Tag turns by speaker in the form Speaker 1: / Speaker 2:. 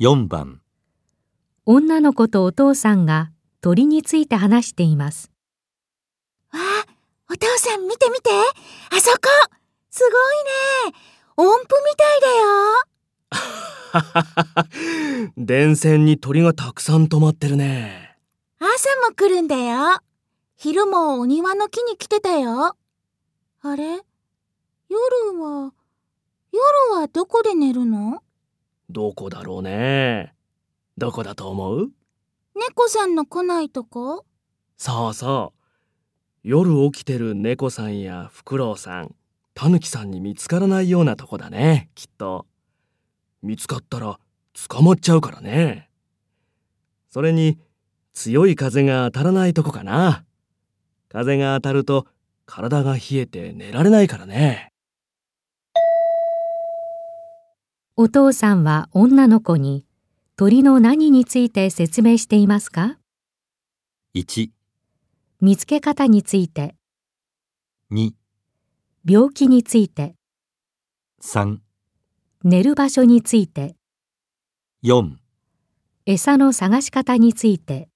Speaker 1: 4番。
Speaker 2: 女の子とお父さんが鳥について話しています。
Speaker 3: わあ、お父さん見て見て、あそこすごいね。音符みたいだよ。
Speaker 4: 電線に鳥がたくさん止まってるね。
Speaker 3: 朝も来るんだよ。昼もお庭の木に来てたよ。あれ？夜はどこで寝るの？
Speaker 4: どこだろうね。どこだと思う？
Speaker 3: 猫さんの来ないとこ？
Speaker 4: そうそう。夜起きてる猫さんやフクロウさん、タヌキさんに見つからないようなとこだね、きっと。見つかったら捕まっちゃうからね。それに強い風が当たらないとこかな。風が当たると体が冷えて寝られないからね。
Speaker 2: お父さんは女の子に鳥の何について説明していますか？
Speaker 1: 1、
Speaker 2: 見つけ方について、
Speaker 1: 2、
Speaker 2: 病気について、
Speaker 1: 3、
Speaker 2: 寝る場所について、
Speaker 1: 4。
Speaker 2: 餌の探し方について。